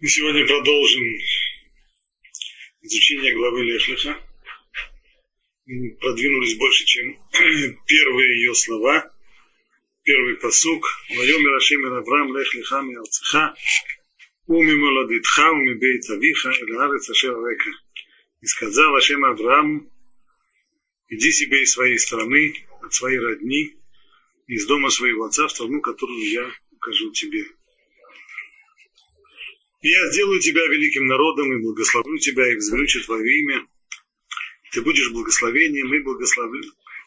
Мы сегодня продолжим изучение главы Лех Леха. Мы продвинулись больше, чем первые ее слова. Первый пасук. Вайомер Ашем эль Авраам Лех Леха миарцеха умимолодитха умибейт авиха эль аарец ашер арека. И сказал Ашем Аврааму: иди себе из своей страны, от своей родни, из дома своего отца в страну, которую я укажу тебе. И я сделаю тебя великим народом, и благословлю тебя, и возвеличу твое имя. Ты будешь благословением, и благословлю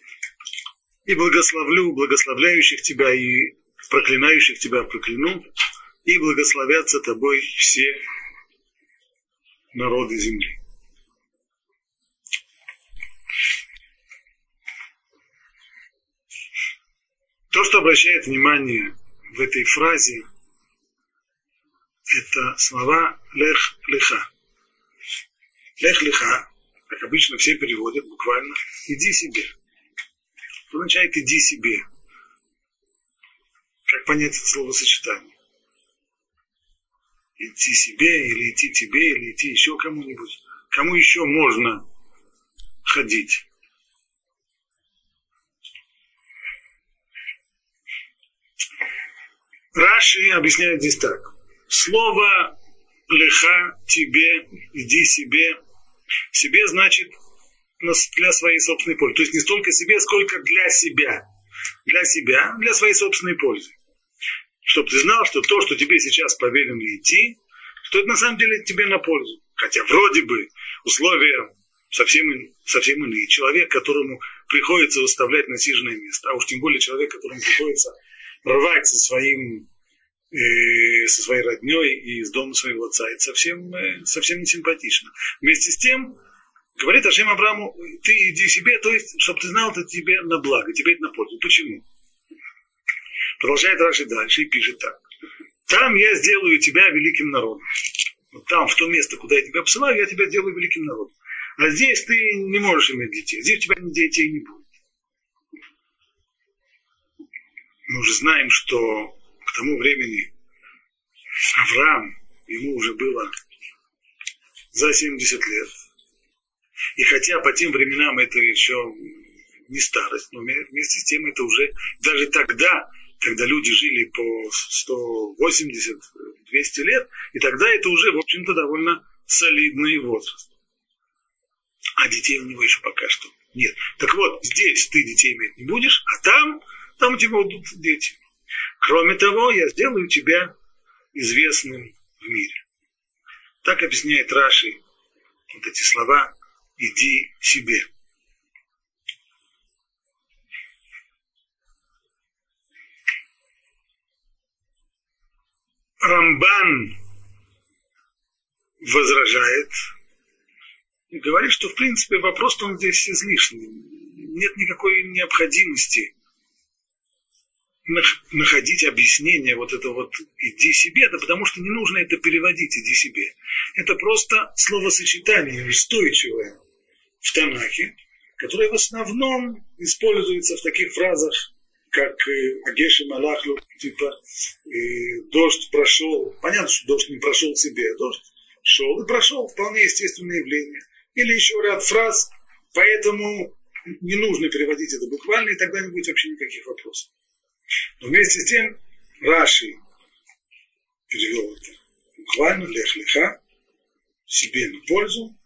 благословляющих тебя, и проклинающих тебя прокляну, и благословятся тобой все народы земли. То, что обращает внимание в этой фразе, это слова «лех леха». «Лех леха», как обычно все переводят буквально, «иди себе». Что означает «иди себе»? Как понять это словосочетание? Идти себе, или идти тебе, или идти еще кому-нибудь? Кому еще можно ходить? Раши объясняет здесь так. Слово «леха», «тебе», «иди себе», «себе» значит для своей собственной пользы. То есть не столько себе, сколько для себя. Для себя, для своей собственной пользы. Чтобы ты знал, что то, что тебе сейчас повелено идти, что это на самом деле тебе на пользу. Хотя вроде бы условия совсем иные. Человек, которому приходится выставлять насиженное место, а уж тем более человек, которому приходится рвать со своей родней и из дома своего отца. Это совсем не симпатично. Вместе с тем, говорит Ашем Аврааму: ты иди себе, то есть, чтобы ты знал, это тебе на благо, тебе это на пользу. Почему? Продолжает Раши дальше и пишет так. Там я сделаю тебя великим народом. Вот там, в то место, куда я тебя посылаю, я тебя делаю великим народом. А здесь ты не можешь иметь детей. Здесь у тебя детей не будет. Мы уже знаем, что к тому времени Авраам, ему уже было за 70 лет. И хотя по тем временам это еще не старость, но вместе с тем это уже даже тогда, когда люди жили по 180-200 лет, и тогда это уже, в общем-то, довольно солидный возраст. А детей у него еще пока что нет. Так вот, здесь ты детей иметь не будешь, а там у тебя будут дети. Кроме того, я сделаю тебя известным в мире. Так объясняет Раши вот эти слова «иди себе». Рамбан возражает и говорит, что в принципе вопрос-то он здесь излишний. Нет никакой необходимости находить объяснение вот это вот «иди себе», да потому что не нужно это переводить «иди себе». Это просто словосочетание устойчивое в Танахе, которое в основном используется в таких фразах, как «агешем алахлю», типа «дождь прошел». Понятно, что дождь не прошел себе, а дождь шел и прошел. Вполне естественное явление. Или еще ряд фраз, поэтому не нужно переводить это буквально, и тогда не будет вообще никаких вопросов. Но вместе с тем Раши перевел это буквально «лех леха», себе на пользу.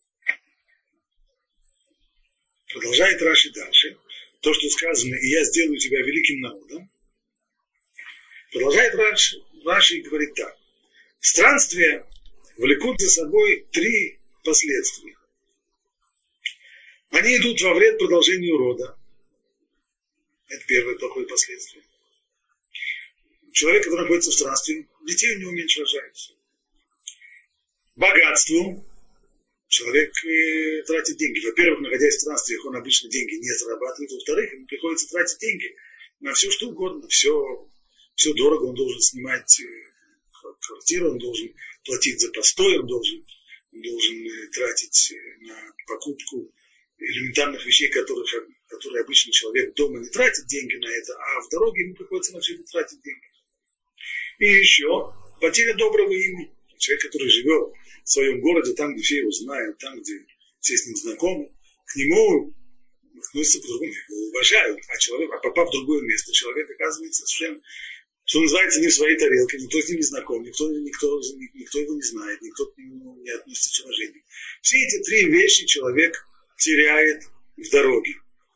Продолжает Раши дальше. То, что сказано «и я сделаю тебя великим народом». Продолжает Раши и говорит так. Странствия влекут за собой три последствия. Они идут во вред продолжению рода. Это первое плохое последствие. Человек, который находится в странстве, детей у него меньше рожается. Богатству человек тратит деньги. Во-первых, находясь в странствиях, он обычно деньги не зарабатывает. Во-вторых, ему приходится тратить деньги на все, что угодно. Все дорого, он должен снимать квартиру, он должен платить за постой, он должен тратить на покупку элементарных вещей, которые обычно человек дома не тратит деньги на это, а в дороге ему приходится на все это тратить деньги. И еще потеря доброго имени. Человек, который живет в своем городе, там, где все его знают, там, где все с ним знакомы, к нему относятся по-другому, его уважают. А попав в другое место, человек оказывается совершенно, что называется, не в своей тарелке, никто с ним не знаком, никто его не знает, никто к нему не относится с уважением. Все эти три вещи человек теряет в дороге.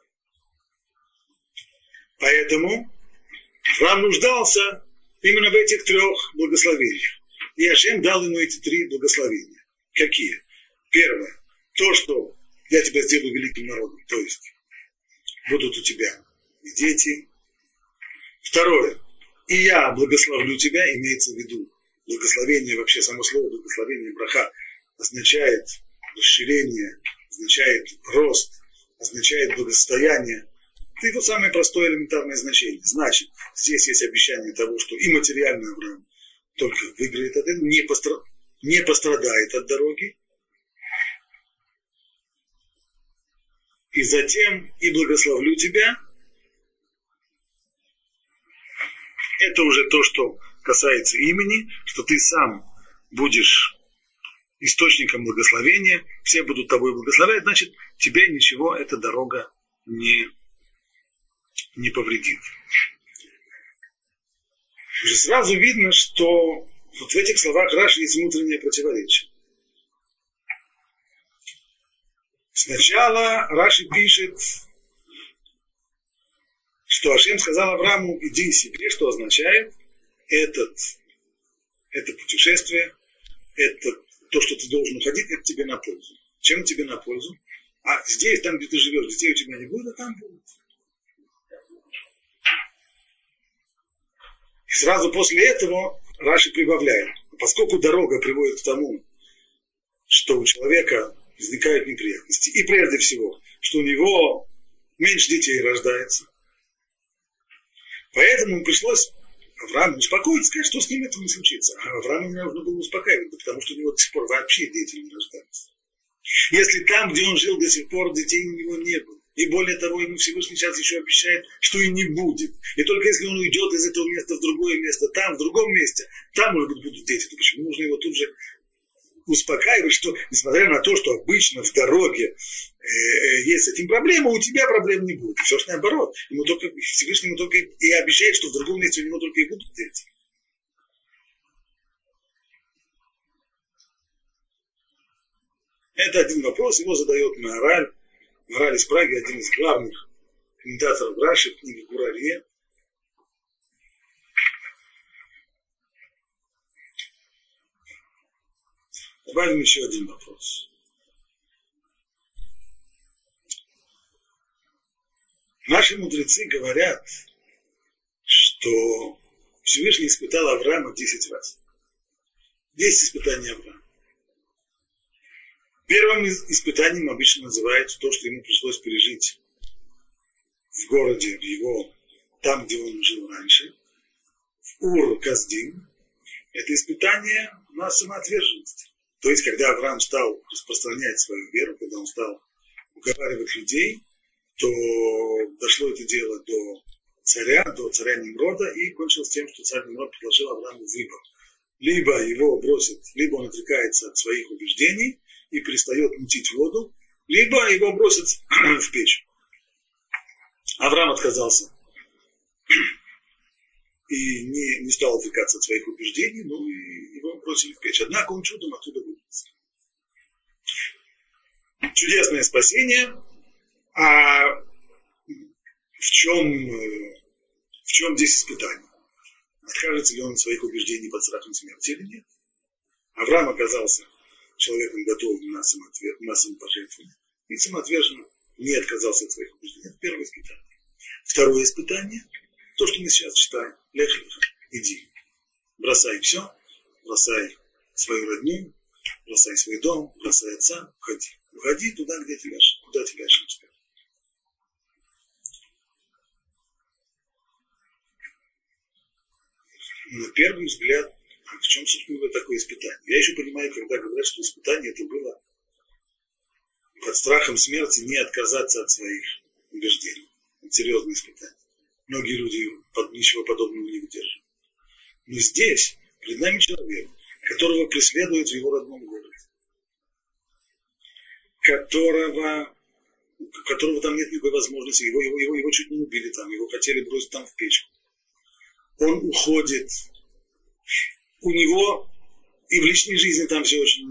Поэтому Авраам нуждался именно в этих трех благословениях. И Ашем дал ему эти три благословения. Какие? Первое. То, что я тебя сделаю великим народом. То есть будут у тебя и дети. Второе. И я благословлю тебя, имеется в виду. Благословение, вообще само слово благословение браха означает расширение, означает рост, означает благосостояние. Это его самое простое элементарное значение. Значит, здесь есть обещание того, что и материальный Авраам только выиграет от этого, не пострадает от дороги. И затем и благословлю тебя. Это уже то, что касается имени, что ты сам будешь источником благословения, все будут тобой благословлять, значит, тебе ничего эта дорога не повредит. Уже сразу видно, что вот в этих словах Раши есть внутреннее противоречие. Сначала Раши пишет, что Ашем сказал Аврааму, иди себе, что означает это путешествие, это то, что ты должен уходить, это тебе на пользу. Чем тебе на пользу? А здесь, там, где ты живешь, детей у тебя не будет, а там будет. И сразу после этого Раши прибавляет. Поскольку дорога приводит к тому, что у человека возникают неприятности, и прежде всего, что у него меньше детей рождается, поэтому пришлось Аврааму успокоить, сказать, что с ним этого не случится. А Аврааму не нужно было успокаивать, потому что у него до сих пор вообще дети не рождаются. Если там, где он жил до сих пор, детей у него не было. И более того, ему Всевышний сейчас еще обещает, что и не будет. И только если он уйдет из этого места в другое место, там, в другом месте, там, может быть, будут дети, то почему нужно его тут же успокаивать, что, несмотря на то, что обычно в дороге есть с этим проблема, у тебя проблем не будет. И все же наоборот. Всевышний ему только и обещает, что в другом месте у него только и будут дети. Это один вопрос, его задает Маораль. Маораль из Праги, один из главных комментаторов Раши в книге Гурарье. Добавим еще один вопрос. Наши мудрецы говорят, что Всевышний испытал Авраама 10 раз. 10 испытаний Авраама. Первым испытанием обычно называется то, что ему пришлось пережить в городе, там, где он жил раньше, в Ур-Каздим. Это испытание на самоотверженность. То есть, когда Авраам стал распространять свою веру, когда он стал уговаривать людей, то дошло это дело до царя Немрода, и кончилось тем, что царь Немрод предложил Аврааму выбор. Либо его бросит, либо он отрекается от своих убеждений и перестает мутить воду, либо его бросят в печь. Авраам отказался и не стал отрекаться от своих убеждений, но и его бросили в печь. Однако он чудом оттуда выбрался. Чудесное спасение. А в чем здесь испытание? Откажется ли он от своих убеждений под страхом смерти или нет? Авраам оказался человеком готовым на самопожертвование и самоотверженно не отказался от своих убеждений. Это первое испытание. Второе испытание, то, что мы сейчас читаем. Лех, иди. Бросай все, бросай свою родню, бросай свой дом, бросай отца, уходи. Уходи туда, куда тебя шлют. На первый взгляд, в чем, собственно говоря, такое испытание? Я еще понимаю, когда говорят, что испытание это было под страхом смерти не отказаться от своих убеждений. Это серьезное испытание. Многие люди ничего подобного не выдерживают. Но здесь, перед нами человек, которого преследуют в его родном городе, которого там нет никакой возможности, его чуть не убили там, его хотели бросить там в печку. Он уходит, у него и в личной жизни там все очень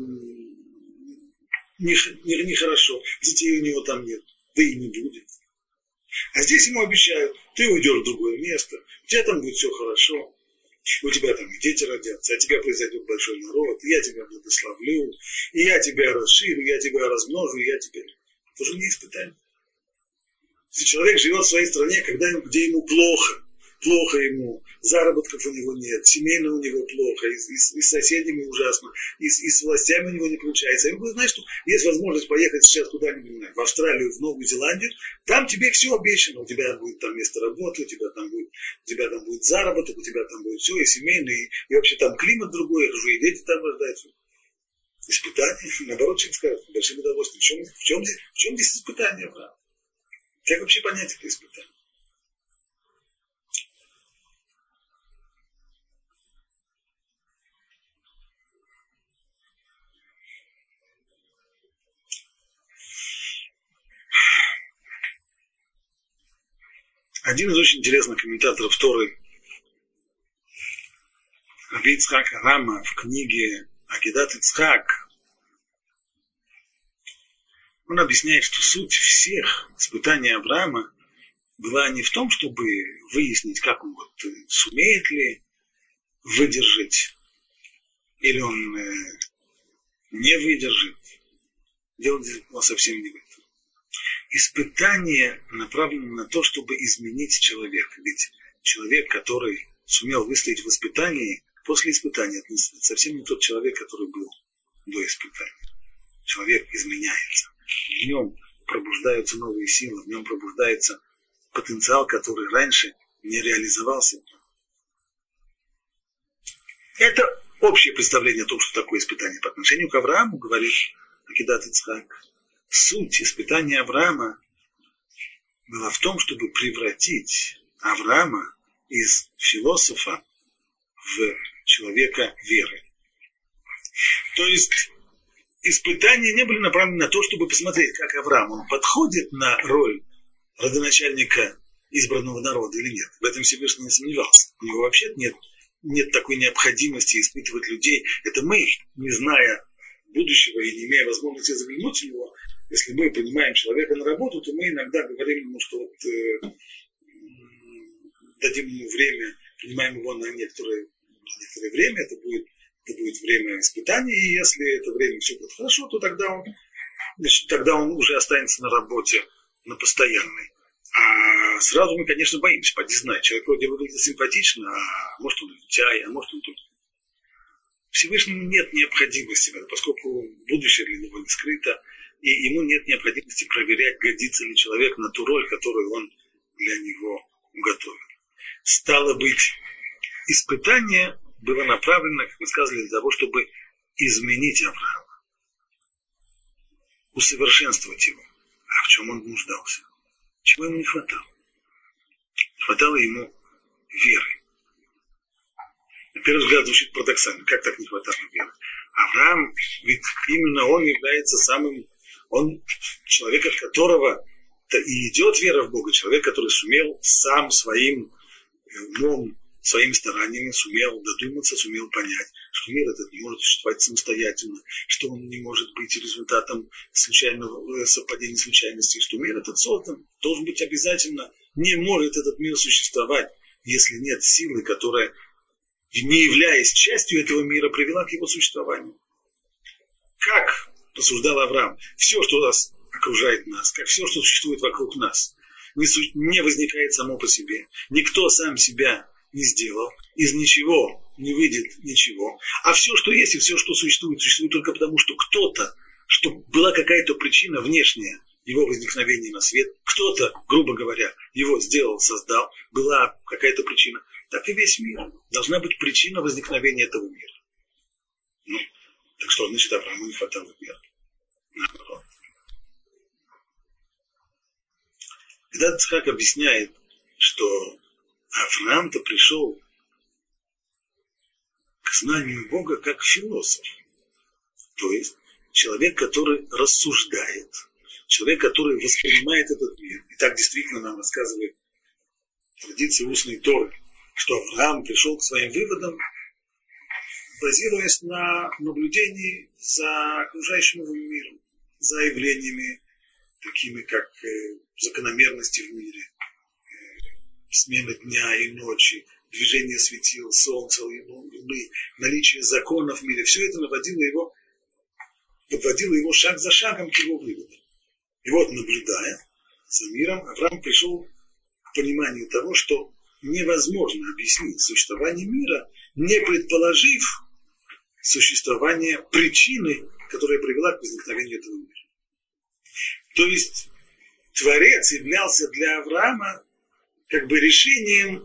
нехорошо, детей у него там нет, да и не будет. А здесь ему обещают, ты уйдешь в другое место, у тебя там будет все хорошо, у тебя там и дети родятся, от тебя произойдет большой народ, я тебя благословлю, и я тебя расширю, я тебя размножу, и я тебя... Это уже не испытание. Если человек живет в своей стране, где ему плохо ему, заработков у него нет, семейно у него плохо, и с соседями ужасно, и с властями у него не получается. И вы знаете, что есть возможность поехать сейчас куда-нибудь, в Австралию, в Новую Зеландию, там тебе все обещано, у тебя будет там место работы, у тебя там будет заработок, у тебя там будет все, и семейный, и вообще там климат другой, и дети там рождаются. Испытание, наоборот, человек скажет, большим удовольствием. В чем здесь испытание, брат? Как вообще понять это испытание? Один из очень интересных комментаторов Торы, Раби Ицхак Рама, в книге Акидат Ицхак, он объясняет, что суть всех испытаний Авраама была не в том, чтобы выяснить, как он сумеет ли выдержать, или он не выдержит. Дело было совсем не в этом. Испытание направлено на то, чтобы изменить человека. Ведь человек, который сумел выстоять в испытании, после испытания это совсем не тот человек, который был до испытания. Человек изменяется. В нем пробуждаются новые силы, в нем пробуждается потенциал, который раньше не реализовался. Это общее представление о том, что такое испытание. По отношению к Аврааму, говорит Акидат Ицхак, суть испытания Авраама была в том, чтобы превратить Авраама из философа в человека веры. То есть испытания не были направлены на то, чтобы посмотреть, как Авраам, он подходит на роль родоначальника избранного народа или нет. В этом Всевышний не сомневался. У него вообще нет такой необходимости испытывать людей. Это мы, не зная будущего и не имея возможности заглянуть в него, если мы принимаем человека на работу, то мы иногда говорим ему, что дадим ему время, принимаем его на некоторое время, это будет время испытаний, и если это время все будет хорошо, то тогда он уже останется на работе, на постоянной. А сразу мы, конечно, боимся, поди знать, человек вроде выглядит симпатично, а может он лентяй, а может он тут. Всевышнему нет необходимости, поскольку будущее для него не скрыто, и ему нет необходимости проверять, годится ли человек на ту роль, которую он для него уготовил. Стало быть, испытание было направлено, как мы сказали, для того, чтобы изменить Авраама, усовершенствовать его. А в чем он нуждался? Чего ему не хватало? Не хватало ему веры. На первый взгляд звучит парадоксально. Как так не хватало веры? Авраам, ведь именно он является он человек, от которого и идет вера в Бога, человек, который сумел сам своим умом, своими стараниями сумел додуматься, сумел понять, что мир этот не может существовать самостоятельно, что он не может быть результатом случайного совпадения случайностей, что мир этот создан, должен быть обязательно, не может этот мир существовать, если нет силы, которая, не являясь частью этого мира, привела к его существованию. Как рассуждал Авраам, все, что нас окружает нас, как все, что существует вокруг нас, не возникает само по себе. Никто сам себя не сделал, из ничего не выйдет ничего. А все, что есть и все, что существует только потому, что кто-то, что была какая-то причина внешняя его возникновения на свет, кто-то, грубо говоря, его сделал, создал, была какая-то причина. Так и весь мир. Должна быть причина возникновения этого мира. Так что, значит, Аврааму не хватало веры. Наоборот. Когда Ицхак объясняет, что Авраам-то пришел к к знанию Бога как философ. То есть человек, который рассуждает, человек, который воспринимает этот мир. И так действительно нам рассказывает традиция устной Торы, что Авраам пришел к своим выводам, базируясь на наблюдении за окружающим его миром, за явлениями, такими как закономерности в мире, смена дня и ночи, движение светил, солнца, луны, наличие законов в мире. Все это подводило его шаг за шагом к его выводам. И вот, наблюдая за миром, Авраам пришел к пониманию того, что невозможно объяснить существование мира, не предположив существование причины, которая привела к возникновению этого мира. То есть Творец являлся для Авраама как бы решением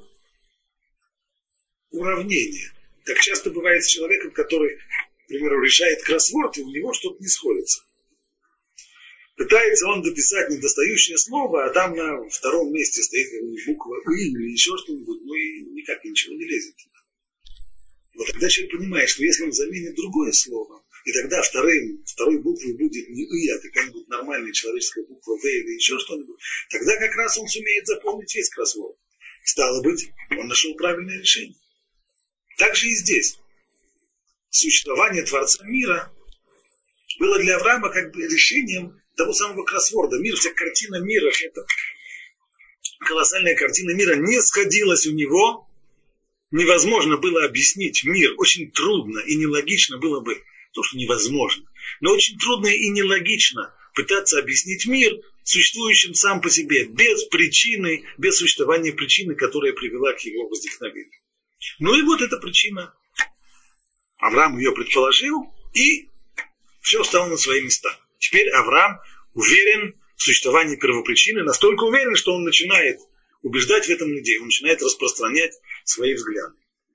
уравнения. Так часто бывает с человеком, который, к примеру, решает кроссворд, и у него что-то не сходится. Пытается он дописать недостающее слово, а там на втором месте стоит буква «и» или еще что-нибудь, ну и никак ничего не лезет. Вот тогда человек понимает, что если он заменит другое слово, и тогда второй буквой будет не «и», а какая-нибудь нормальная человеческая буква «в» или еще что-нибудь, тогда как раз он сумеет заполнить весь кроссворд. Стало быть, он нашел правильное решение. Так же и здесь. Существование Творца мира было для Авраама как бы решением того самого кроссворда. Мир, вся картина мира, эта колоссальная картина мира не сходилась у него. Невозможно было объяснить мир. Очень трудно и нелогично было бы, то, что невозможно, но очень трудно и нелогично пытаться объяснить мир, существующим сам по себе, без причины, без существования причины, которая привела к его возникновению. Ну и вот эта причина. Авраам ее предположил, и все стало на свои места. Теперь Авраам уверен в существовании первопричины, настолько уверен, что он начинает убеждать в этом людей, он начинает распространять свои взгляды.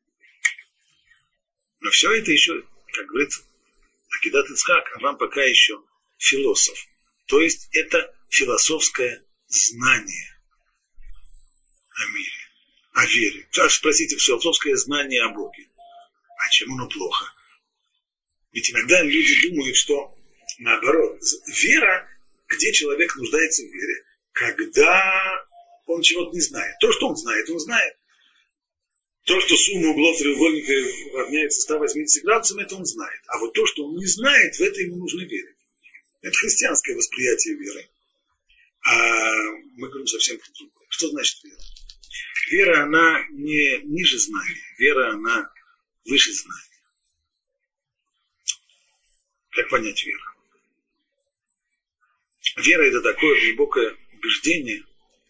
Но все это еще, как говорит Акидат Ицхак, Авраам пока еще философ. То есть это философское знание о мире, о вере. Спросите, философское знание о Боге. А чем оно плохо? Ведь иногда люди думают, что наоборот, вера, где человек нуждается в вере, когда он чего-то не знает. То, что он знает, он знает. То, что сумма углов треугольника равняется 180 градусам, это он знает. А вот то, что он не знает, в это ему нужно верить. Это христианское восприятие веры. А мы говорим совсем про другое. Что значит вера? Вера, она не ниже знания. Вера, она выше знания. Как понять веру? Вера – это такое глубокое убеждение.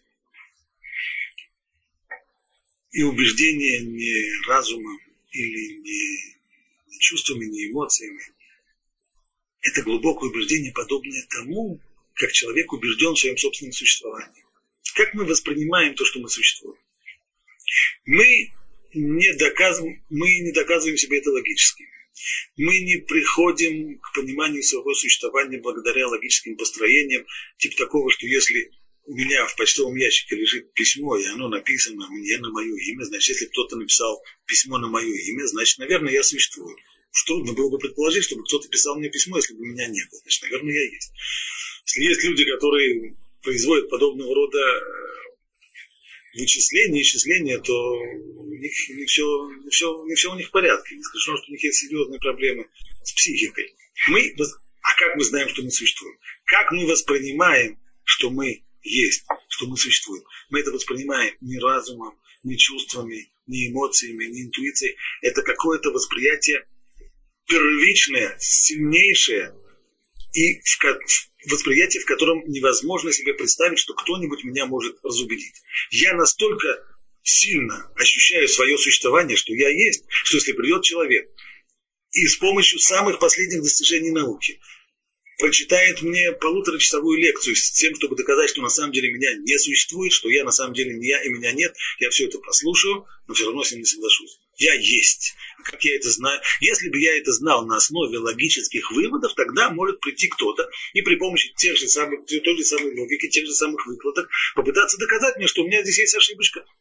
И убеждение не разумом или не чувствами, не эмоциями. Это глубокое убеждение, подобное тому, как человек убежден в своем собственном существовании. Как мы воспринимаем то, что мы существуем? Мы не доказываем себе это логически. Мы не приходим к пониманию своего существования благодаря логическим построениям, типа такого, что если у меня в почтовом ящике лежит письмо, и оно написано мне на мое имя, значит, если кто-то написал письмо на мое имя, значит, наверное, я существую. Уж трудно было бы предположить, чтобы кто-то писал мне письмо, если бы меня не было. Значит, наверное, я есть. Если есть люди, которые производят подобного рода вычисления, исчисления, то у них не все у них в порядке. Не скажу, что у них есть серьезные проблемы с психикой. А как мы знаем, что мы существуем? Как мы воспринимаем, что мы есть, что мы существуем? Мы это воспринимаем не разумом, не чувствами, не эмоциями, не интуицией. Это какое-то восприятие первичное, сильнейшее, и восприятие, в котором невозможно себе представить, что кто-нибудь меня может разубедить. Я настолько сильно ощущаю свое существование, что я есть, что если придет человек и с помощью самых последних достижений науки прочитает мне полуторачасовую лекцию с тем, чтобы доказать, что на самом деле меня не существует, что я на самом деле не я и меня нет, я все это послушаю, но все равно с ним не соглашусь. Я есть. А как я это знаю? Если бы я это знал на основе логических выводов, тогда может прийти кто-то и при помощи той же самой логики, тех же самых выкладок попытаться доказать мне, что у меня здесь есть ошибочка,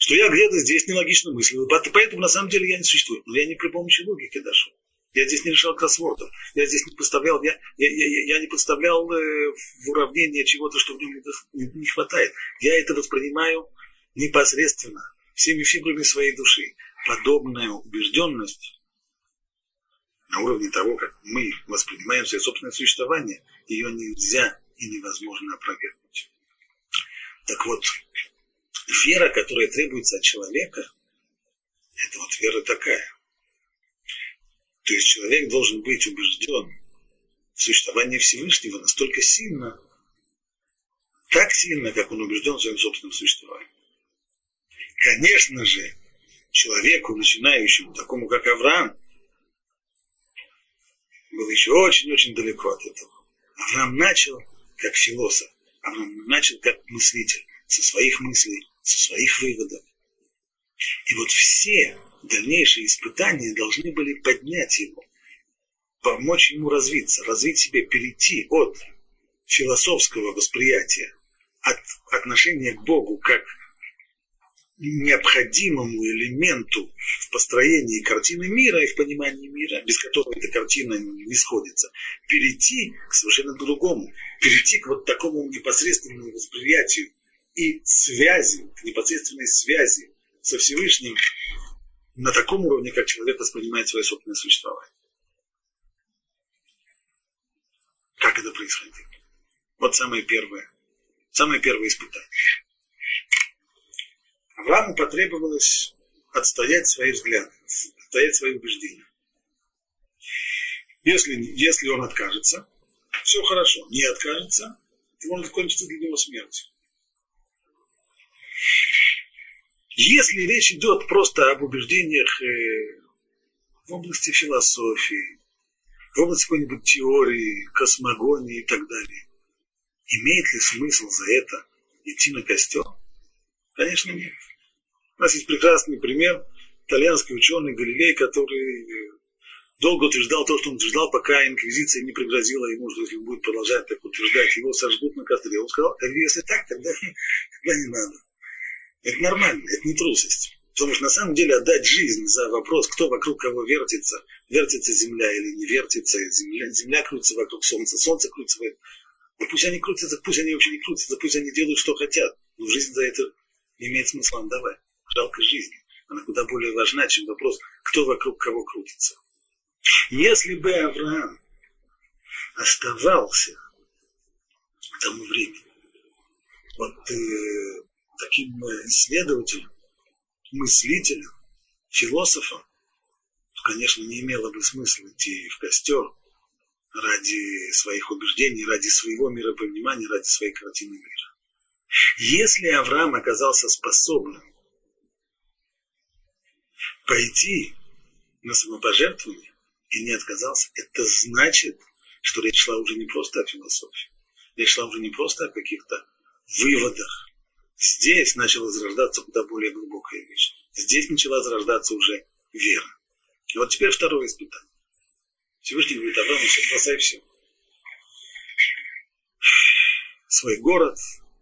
что я где-то здесь нелогично мыслил, поэтому на самом деле я не существую. Но я не при помощи логики дошел. Я здесь не решал кроссвордов. Я здесь не поставлял, я не подставлял в уравнение чего-то, что в нем не хватает. Я это воспринимаю непосредственно, всеми фибрами своей души. Подобная убежденность на уровне того, как мы воспринимаем свое собственное существование, ее нельзя и невозможно опровергнуть. Так вот, вера, которая требуется от человека, это вот вера такая. То есть человек должен быть убежден в существовании Всевышнего настолько сильно, так сильно, как он убежден в своем собственном существовании. Конечно же, человеку, начинающему, такому как Авраам, было еще очень-очень далеко от этого. Авраам начал как философ, Авраам начал как мыслитель, со своих мыслей, со своих выводов. И вот все дальнейшие испытания должны были поднять его, помочь ему развиться, развить себе, перейти от философского восприятия, от отношения к Богу как необходимому элементу в построении картины мира и в понимании мира, без которого эта картина не сходится, перейти к совершенно другому, перейти к вот такому непосредственному восприятию и связи, к непосредственной связи со Всевышним на таком уровне, как человек воспринимает свое собственное существование. Как это происходит? Вот самое первое испытание. Аврааму потребовалось отстоять свои взгляды, отстоять свои убеждения. Если он откажется, все хорошо. Не откажется, то может кончиться для него смертью. Если речь идет просто об убеждениях в области философии, в области какой-нибудь теории, космогонии и так далее, имеет ли смысл за это идти на костер? Конечно, нет. У нас есть прекрасный пример. Итальянский ученый Галилей, который долго утверждал то, что он утверждал, пока инквизиция не пригрозила ему, что если он будет продолжать так утверждать, его сожгут на костре. Он сказал, если так, тогда не надо. Это нормально, это не трусость. Потому что на самом деле отдать жизнь за вопрос, кто вокруг кого вертится, вертится Земля или не вертится, Земля крутится вокруг Солнца, Солнце крутится вокруг. Да пусть они крутятся, пусть они вообще не крутятся, пусть они делают, что хотят. Но жизнь за это не имеет смысла отдавать. Жалко жизни. Она куда более важна, чем вопрос, кто вокруг кого крутится. Если бы Авраам оставался к тому времени вот таким исследователем, мыслителем, философом, то, конечно, не имело бы смысла идти в костер ради своих убеждений, ради своего миропонимания, ради своей картины мира. Если Авраам оказался способным пойти на самопожертвование и не отказался, это значит, что речь шла уже не просто о философии, речь шла уже не просто о каких-то выводах. Здесь начала зарождаться куда более глубокая вещь. Здесь начала зарождаться уже вера. И вот теперь второе испытание. Всевышний говорит: Авраам, бросай все. Свой город,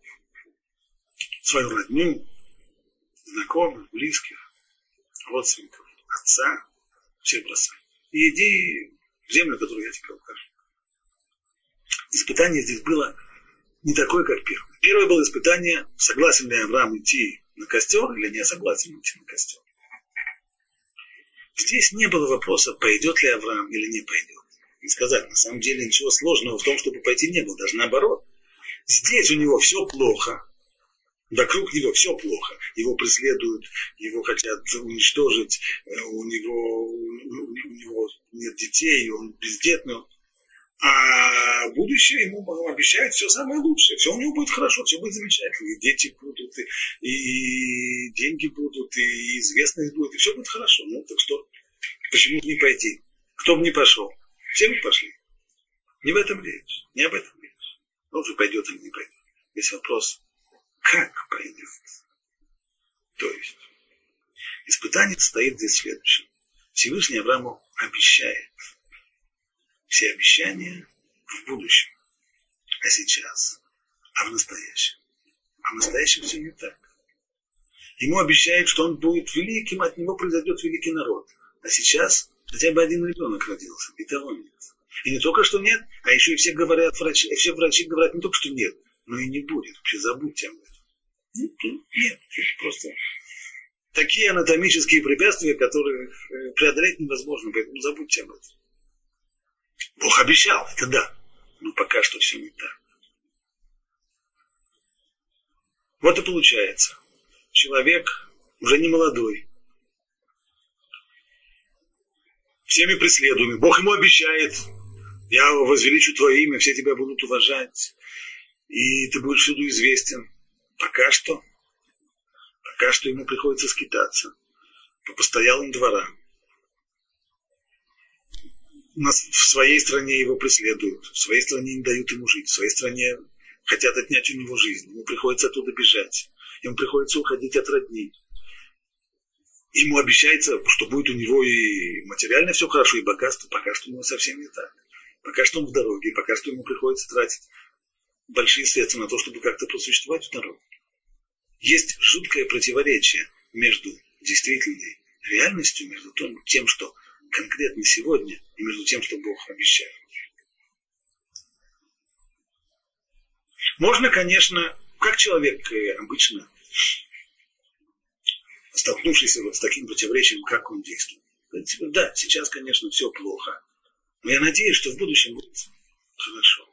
свою родню, знакомых, близких, родственников, отца, все бросай. И иди в землю, которую я тебе укажу. Испытание здесь было не такое, как первое. Первое было испытание, согласен ли Авраам идти на костер или не согласен идти на костер. Здесь не было вопроса, пойдет ли Авраам или не пойдет. Не сказать, на самом деле ничего сложного в том, чтобы пойти, не было, даже наоборот. Здесь у него все плохо, вокруг него все плохо. Его преследуют, его хотят уничтожить, у него нет детей, он бездетный. А будущее ему обещает все самое лучшее. Все у него будет хорошо, все будет замечательно. И дети будут, и деньги будут, и известность будет, и все будет хорошо. Ну так что, почему не пойти? Кто бы не пошел? Все бы пошли. Не в этом речь, не об этом речь. Он же пойдет или не пойдет. Весь вопрос, как пойдет. То есть, испытание стоит здесь следующим. Всевышний Аврааму обещает все обещания в будущем, а сейчас, а в настоящем. А в настоящем все не так. Ему обещают, что он будет великим, от него произойдет великий народ. А сейчас хотя бы один ребенок родился, и того нет. И не только что нет, а еще и все говорят, все врачи говорят не только что нет, но и не будет. Вообще забудьте об этом. Нет, просто такие анатомические препятствия, которые преодолеть невозможно, поэтому забудьте об этом. Бог обещал, это да, но пока что все не так. Вот и получается. Человек уже не молодой, всеми преследуемый. Бог ему обещает: я возвеличу твое имя, все тебя будут уважать, и ты будешь всюду известен. Пока что ему приходится скитаться по постоялым дворам. В своей стране его преследуют, в своей стране не дают ему жить, в своей стране хотят отнять у него жизнь. Ему приходится оттуда бежать, ему приходится уходить от родни. Ему обещается, что будет у него и материально все хорошо, и богатство. Пока что у него совсем не так. Пока что он в дороге, и пока что ему приходится тратить большие средства на то, чтобы как-то просуществовать в дороге. Есть жуткое противоречие между действительной реальностью, между тем, что конкретно сегодня, и между тем, что Бог обещает. Можно, конечно, как человек обычно, столкнувшийся вот с таким противоречием, как он действует. Да, сейчас, конечно, все плохо, но я надеюсь, что в будущем будет хорошо.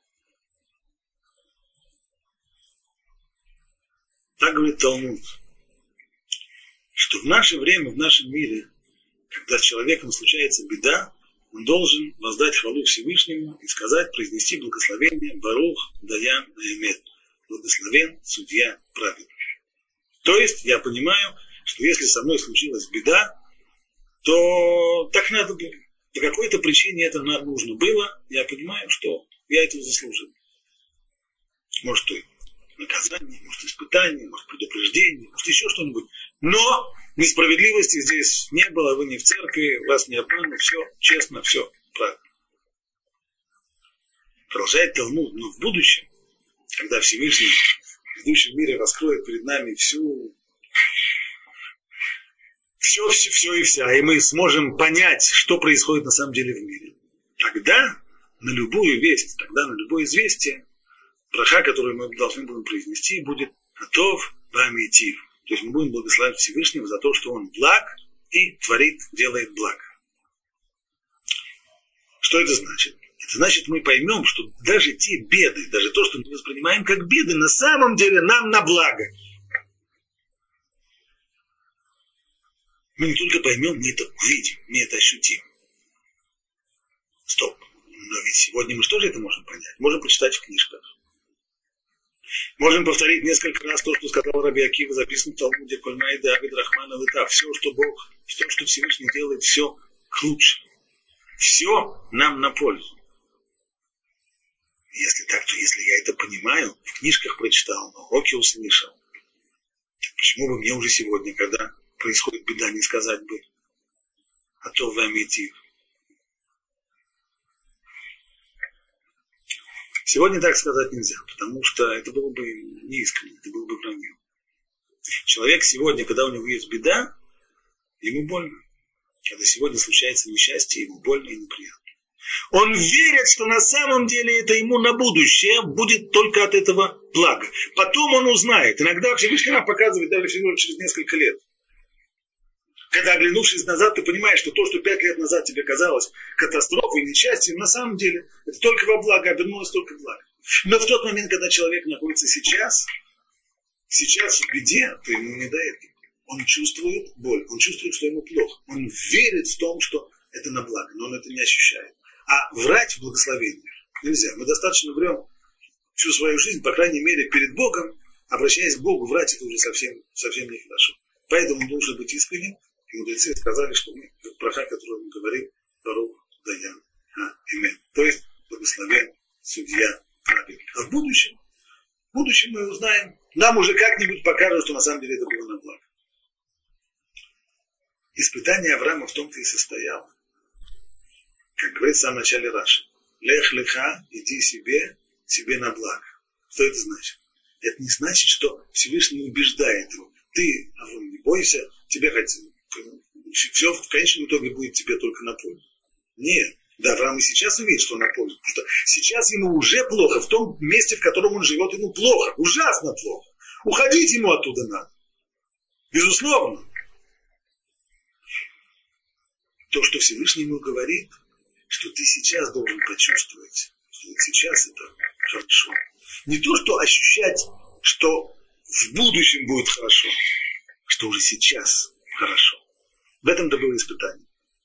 Так говорит Талмуд, что в наше время, в нашем мире, когда с человеком случается беда, он должен воздать хвалу Всевышнему и сказать, произнести благословение Барух Даян Аэмет. Благословен судья праведный. То есть я понимаю, что если со мной случилась беда, то так надо было. По какой-то причине это нужно было. Я понимаю, что я этого заслужил. Может, и наказание, может, испытание, может, предупреждение, может, еще что-нибудь. Но несправедливости здесь не было, вы не в церкви, вас не обманули, все честно, все правильно. Продолжает Талмуд, но в будущем, когда Всевышний в будущем мире раскроет перед нами все и вся, и мы сможем понять, что происходит на самом деле в мире, тогда на любую весть, тогда на любое известие, браха, которую мы должны будем произнести, будет готов вами идти. То есть мы будем благословить Всевышнего за то, что Он благ и творит, делает благо. Что это значит? Это значит, мы поймем, что даже те беды, даже то, что мы воспринимаем как беды, на самом деле нам на благо. Мы не только поймем, мы это увидим, мы это ощутим. Стоп. Но ведь сегодня мы что же это можем понять? Можем почитать в книжках. Можем повторить несколько раз то, что сказал Раби Акива, записано в Талмуде, Кольмайда, Авид Рахмана, Лыта. Все, что Бог, все, что Всевышний делает, все к лучшему. Все нам на пользу. Если так, то если я это понимаю, в книжках прочитал, на уроке услышал, так почему бы мне уже сегодня, когда происходит беда, не сказать бы «А то вам идти». Сегодня так сказать нельзя, потому что это было бы неискренне, это было бы вранье. Человек сегодня, когда у него есть беда, ему больно. Когда сегодня случается несчастье, ему больно и неприятно. Он верит, что на самом деле это ему на будущее будет только от этого блага. Потом он узнает. Иногда Всевышний нам показывает даже всего через несколько лет. Когда, оглянувшись назад, ты понимаешь, что то, что 5 лет назад тебе казалось катастрофой, несчастьем, на самом деле это только во благо, обернулось только в благо. Но в тот момент, когда человек находится сейчас в беде, то ему не до этого. Он чувствует боль, он чувствует, что ему плохо. Он верит в том, что это на благо, но он это не ощущает. А врать в благословениях нельзя. Мы достаточно врем всю свою жизнь, по крайней мере, перед Богом, обращаясь к Богу, врать это уже совсем нехорошо. Поэтому нужно быть искренним. И мудрецы сказали, что мы, браха, которую он говорил, Барух Даян Аэмет. То есть благословен судья праведный. А в будущем мы узнаем, нам уже как-нибудь покажут, что на самом деле это было на благо. Испытание Авраама в том-то и состояло. Как говорит в самом начале Раши. Лех леха, иди себе на благо. Что это значит? Это не значит, что Всевышний убеждает его. Ты, Авраам, не бойся, тебе все в конечном итоге будет тебе только на пользу. Нет. Да, Авраам и сейчас увидит, что на пользу. Потому что сейчас ему уже плохо. В том месте, в котором он живет, ему плохо. Ужасно плохо. Уходить ему оттуда надо. Безусловно. То, что Всевышний ему говорит, что ты сейчас должен почувствовать, что вот сейчас это хорошо. Не то, что ощущать, что в будущем будет хорошо, что уже сейчас хорошо. В этом-то было испытание.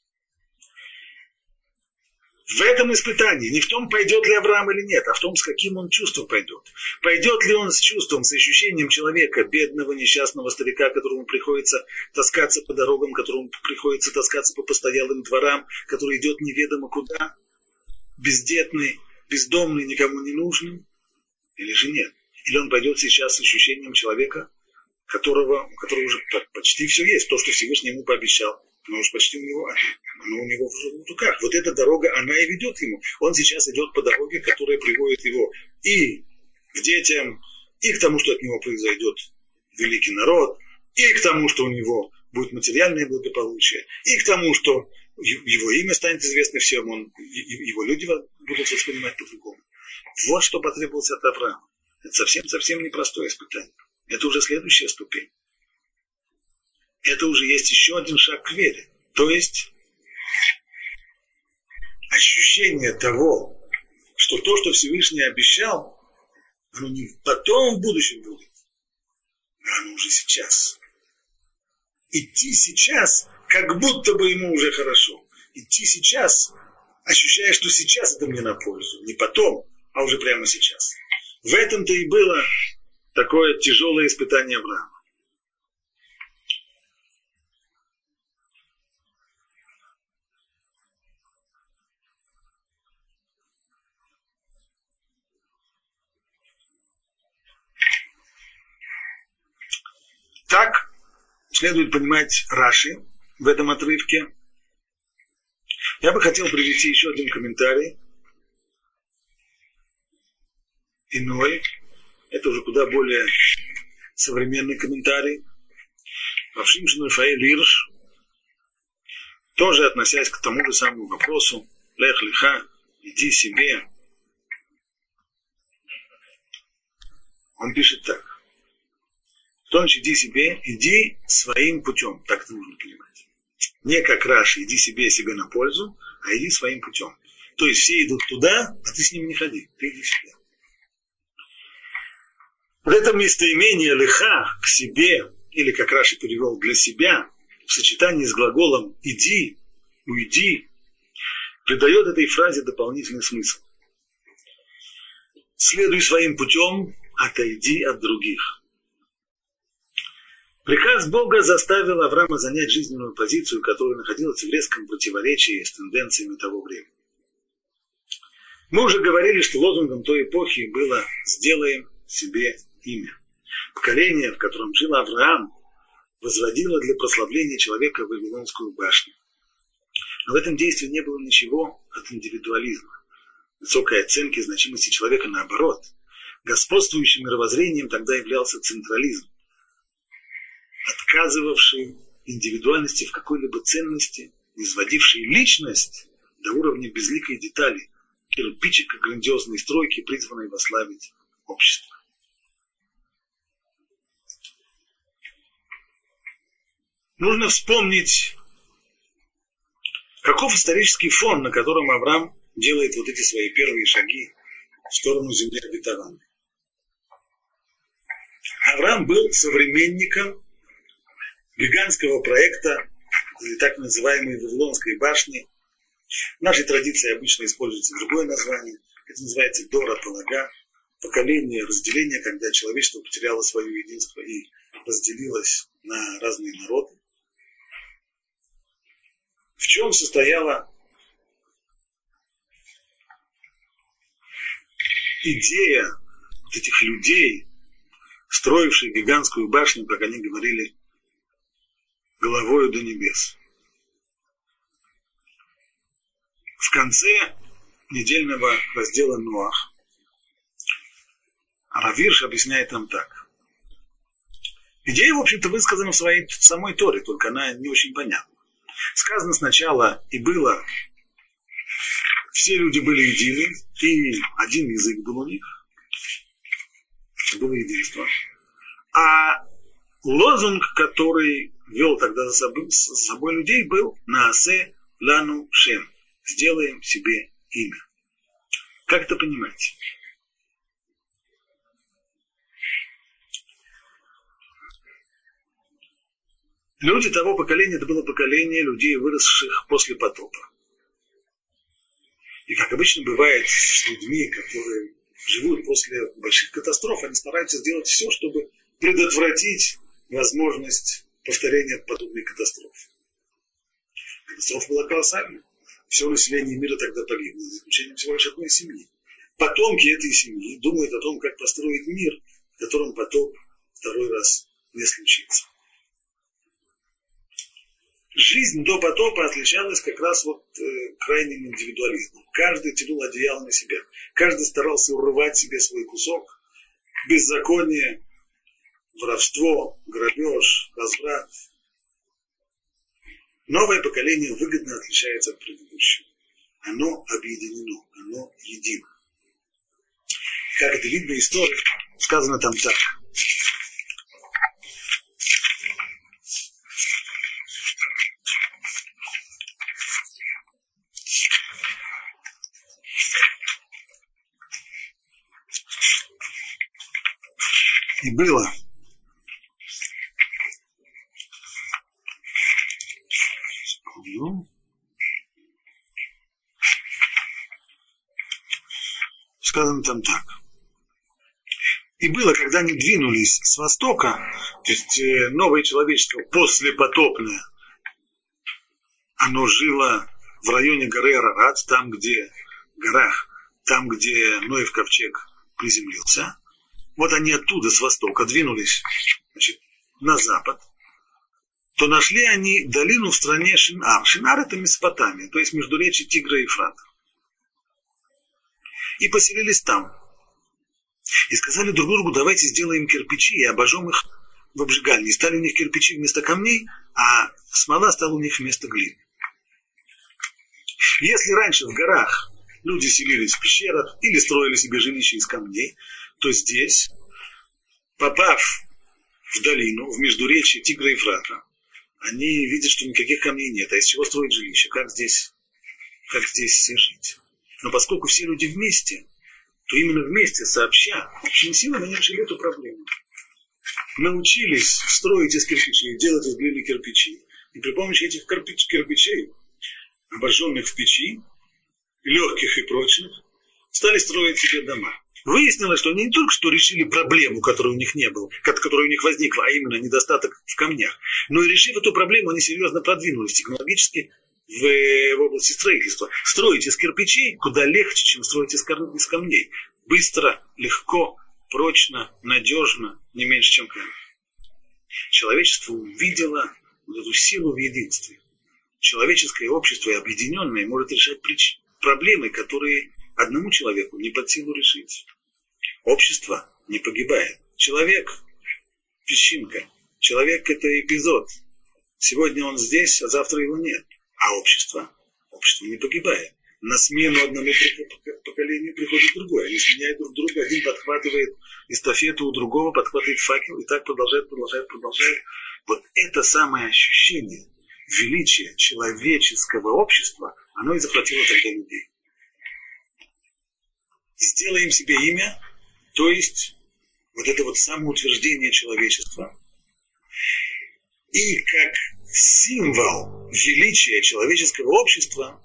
В этом испытании, не в том, пойдет ли Авраам или нет, а в том, с каким он чувством пойдет. Пойдет ли он с чувством, с ощущением человека, бедного, несчастного старика, которому приходится таскаться по дорогам, которому приходится таскаться по постоялым дворам, который идет неведомо куда, бездетный, бездомный, никому не нужный, или же нет? Или он пойдет сейчас с ощущением человека, у которого уже почти все есть, то, что Всевышний ему пообещал. Но уж почти у него в руках. Вот эта дорога, она и ведет ему. Он сейчас идет по дороге, которая приводит его и к детям, и к тому, что от него произойдет великий народ, и к тому, что у него будет материальное благополучие, и к тому, что его имя станет известно всем, его люди будут воспринимать по-другому. Вот что потребовалось от Авраама. Это совсем непростое испытание. Это уже следующая ступень. Это уже есть еще один шаг к вере. То есть ощущение того, что то, что Всевышний обещал, оно не потом в будущем будет, а оно уже сейчас. Идти сейчас, как будто бы ему уже хорошо. Идти сейчас, ощущая, что сейчас это мне на пользу. Не потом, а уже прямо сейчас. В этом-то и было такое тяжелое испытание Авраама. Так следует понимать Раши в этом отрывке. Я бы хотел привести еще один комментарий. Иной. Это уже куда более современный комментарий. Рав Шимшон Рафаэль Ирш, тоже относясь к тому же самому вопросу, лех лиха, иди себе. Он пишет так. То есть иди себе, иди своим путем. Так это нужно понимать. Не как Раши, иди себе на пользу, а иди своим путем. То есть все идут туда, а ты с ними не ходи. Ты иди себе. Вот это местоимение лиха к себе, или как Раши перевел для себя, в сочетании с глаголом иди, уйди, придает этой фразе дополнительный смысл. Следуй своим путем, отойди от других. Приказ Бога заставил Авраама занять жизненную позицию, которая находилась в резком противоречии с тенденциями того времени. Мы уже говорили, что лозунгом той эпохи было «сделаем себе имя». Поколение, в котором жил Авраам, возводило для прославления человека Вавилонскую башню. Но в этом действии не было ничего от индивидуализма, высокой оценки значимости человека. Наоборот, господствующим мировоззрением тогда являлся централизм, отказывавший индивидуальности в какой-либо ценности, низводивший личность до уровня безликой детали, кирпичика грандиозной стройки, призванной восславить общество. Нужно вспомнить, каков исторический фон, на котором Авраам делает вот эти свои первые шаги в сторону земли обетованной. Авраам был современником гигантского проекта, так называемой Вавилонской башни. В нашей традиции обычно используется другое название. Это называется Дора Палага, поколение разделения, когда человечество потеряло свое единство и разделилось на разные народы. В чем состояла идея вот этих людей, строивших гигантскую башню, как они говорили, головою до небес? В конце недельного раздела Ноах Рав Ирш объясняет нам так. Идея, в общем-то, высказана в самой Торе, только она не очень понятна. Сказано сначала, и было, все люди были едины, и один язык был у них. Было единство. А лозунг, который вел тогда за собой людей, был «Наасе лану шем». Сделаем себе имя. Как это понимаете? Люди того поколения, это было поколение людей, выросших после потопа. И как обычно бывает с людьми, которые живут после больших катастроф, они стараются сделать все, чтобы предотвратить возможность повторения подобной катастрофы. Катастрофа была колоссальной. Все население мира тогда погибло, за исключением всего лишь одной семьи. Потомки этой семьи думают о том, как построить мир, в котором потоп второй раз не случится. Жизнь до потопа отличалась как раз крайним индивидуализмом. Каждый тянул одеяло на себя. Каждый старался урвать себе свой кусок. Беззаконие, воровство, грабеж, разврат. Новое поколение выгодно отличается от предыдущего. Оно объединено, оно едино. Как это видно из истории, сказано там так. И было. Сказано там так. И было, когда они двинулись с востока, то есть новое человечество послепотопное, оно жило в районе горы Арарат, там, где Ноев ковчег приземлился. Вот они оттуда, с востока, двинулись, значит, на запад, то нашли они долину в стране Шинар. Шинар – это Месопотамия, то есть междуречье Тигра и Ефрата. И поселились там. И сказали друг другу, давайте сделаем кирпичи и обожжем их в обжигальне. И стали у них кирпичи вместо камней, а смола стала у них вместо глины. Если раньше в горах люди селились в пещерах или строили себе жилища из камней, то здесь, попав в долину, в междуречье Тигра и Ефрата, они видят, что никаких камней нет. А из чего строить жилище? Как здесь жить? Но поскольку все люди вместе, то именно вместе, сообща, общими силами они решили эту проблему. Научились строить из кирпичей, делать из глины кирпичи. И при помощи этих кирпичей, обожженных в печи, легких и прочных, стали строить себе дома. Выяснилось, что они не только что решили проблему, которой у них не было, которая у них возникла, а именно недостаток в камнях, но и решив эту проблему, они серьезно продвинулись технологически в области строительства. Строить из кирпичей куда легче, чем строить из камней. Быстро, легко, прочно, надежно, не меньше, чем камень. Человечество увидело вот эту силу в единстве. Человеческое общество, объединенное, может решать проблемы, которые одному человеку не под силу решить. Общество не погибает. Человек – песчинка. Человек – это эпизод. Сегодня он здесь, а завтра его нет. А общество не погибает. На смену одному поколению приходит другое. Они сменяют друг друга. Один подхватывает эстафету у другого, подхватывает факел, и так продолжает. Вот это самое ощущение величия человеческого общества, оно и захватило тогда людей. Сделаем себе имя, то есть вот это вот самоутверждение человечества. И как символ величия человеческого общества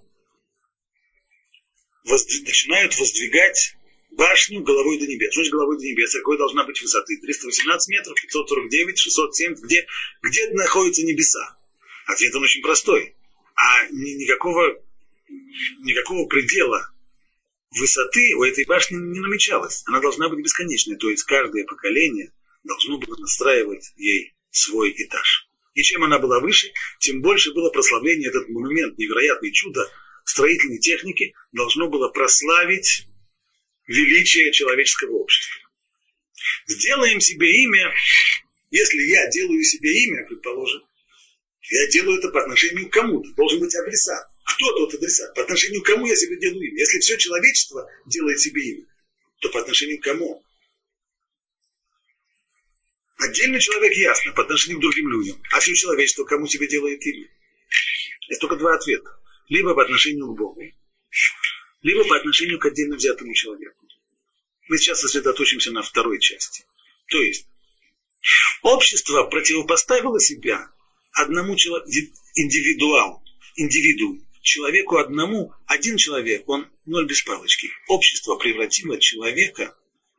начинают воздвигать башню головой до небес. Что значит головой до небес? Какой должна быть высоты? 318 метров, 549, 670. Где находятся небеса? Ответ он очень простой. А никакого предела высоты у этой башни не намечалось. Она должна быть бесконечной. То есть каждое поколение должно было настраивать ей свой этаж. И чем она была выше, тем больше было прославление. Этот монумент, невероятное чудо строительной техники, должно было прославить величие человеческого общества. Сделаем себе имя, Если я делаю себе имя, предположим, я делаю это по отношению к кому-то. Должен быть адресат. Кто тот адресат? По отношению к кому я себе делаю имя? Если все человечество делает себе имя, то по отношению к кому? Отдельный человек ясно, по отношению к другим людям. А все человечество кому себе делает имя? Есть только два ответа. Либо по отношению к Богу, либо по отношению к отдельно взятому человеку. Мы сейчас сосредоточимся на второй части. То есть, общество противопоставило себя одному индивидууму. Человеку одному, один человек, он ноль без палочки. Общество превратило человека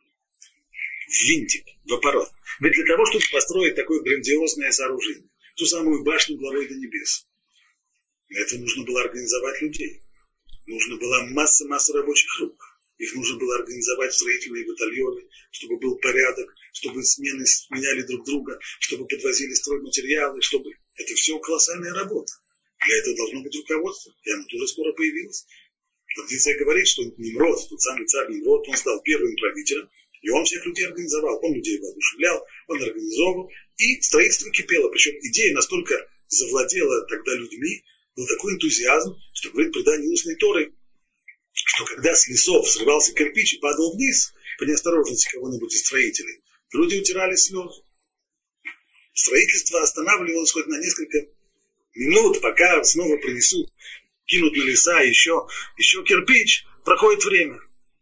в винтик, в аппарат. Ведь для того, чтобы построить такое грандиозное сооружение, ту самую башню главой до небес, для этого нужно было организовать людей. Нужно была масса рабочих рук. Их нужно было организовать в строительные батальоны, чтобы был порядок, чтобы смены сменяли друг друга, чтобы подвозили стройматериалы, чтобы... Это все колоссальная работа. Для этого должно быть руководство. И оно тоже скоро появилось. Традиция говорит, что Нимрод, тот самый царь Нимрод, он стал первым правителем, и он всех людей организовал. Он людей воодушевлял, он организовывал, и строительство кипело. Причем идея настолько завладела тогда людьми, был такой энтузиазм, что говорит предание устной Торы, что когда с лесов срывался кирпич и падал вниз, по неосторожности кого-нибудь из строителей, люди утирали слезы. Строительство останавливалось хоть на несколько минут, пока снова принесут, кинут на леса еще кирпич, проходит время.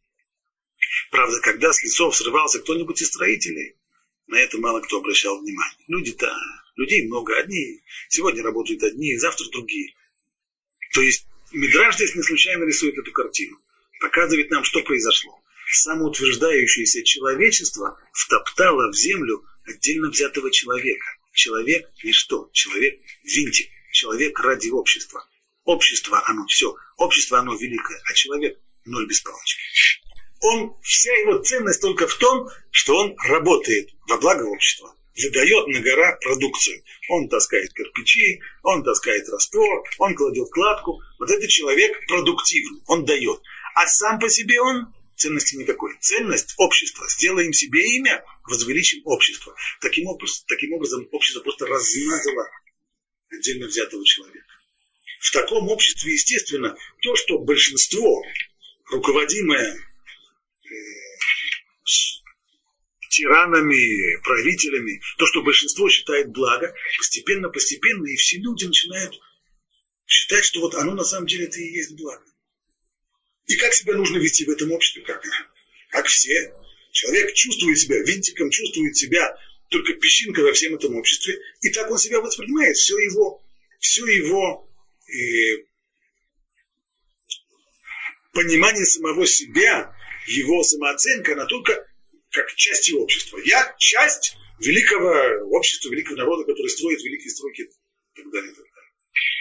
Правда, когда с лесов срывался кто-нибудь из строителей, на это мало кто обращал внимание. Людей много, одни, сегодня работают одни, завтра другие. То есть Мидраш здесь не случайно рисует эту картину. Показывает нам, что произошло. Самоутверждающееся человечество втоптало в землю отдельно взятого человека. Человек – ничто. Человек – винтик. Человек ради общества. Общество – оно все. Общество – оно великое. А человек – ноль без палочки. Вся его ценность только в том, что он работает во благо общества. Выдает на гора продукцию. Он таскает кирпичи, он таскает раствор, он кладет кладку. Вот это человек продуктивный, он дает. А сам по себе он ценности никакой. Ценность общества. Сделаем себе имя, возвеличим общество. Таким образом общество просто размазало отдельно взятого человека. В таком обществе, естественно, то, что большинство, руководимое тиранами, правителями, то, что большинство считает благо, постепенно, и все люди начинают считать, что вот оно на самом деле это и есть благо. И как себя нужно вести в этом обществе? Как все. Человек чувствует себя винтиком, чувствует себя только песчинкой во всем этом обществе, и так он себя воспринимает. Все его понимание самого себя, его самооценка, она только как часть его общества. Я часть великого общества, великого народа, который строит великие стройки и так далее, и так далее.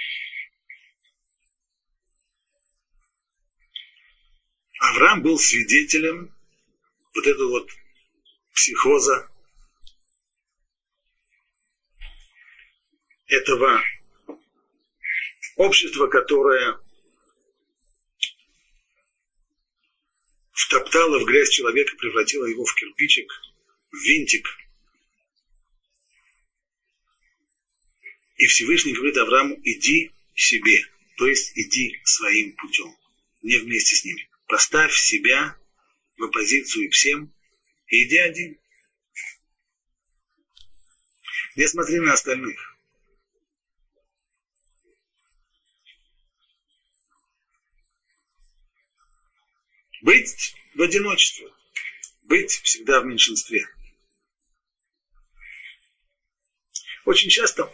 Авраам был свидетелем вот этого вот психоза, этого общества, которое втоптало в грязь человека, превратило его в кирпичик, в винтик. И Всевышний говорит Аврааму: иди себе, то есть иди своим путем, не вместе с ними. Поставь себя в оппозицию всем и иди один. Не смотри на остальных. Быть в одиночестве, быть всегда в меньшинстве. Очень часто,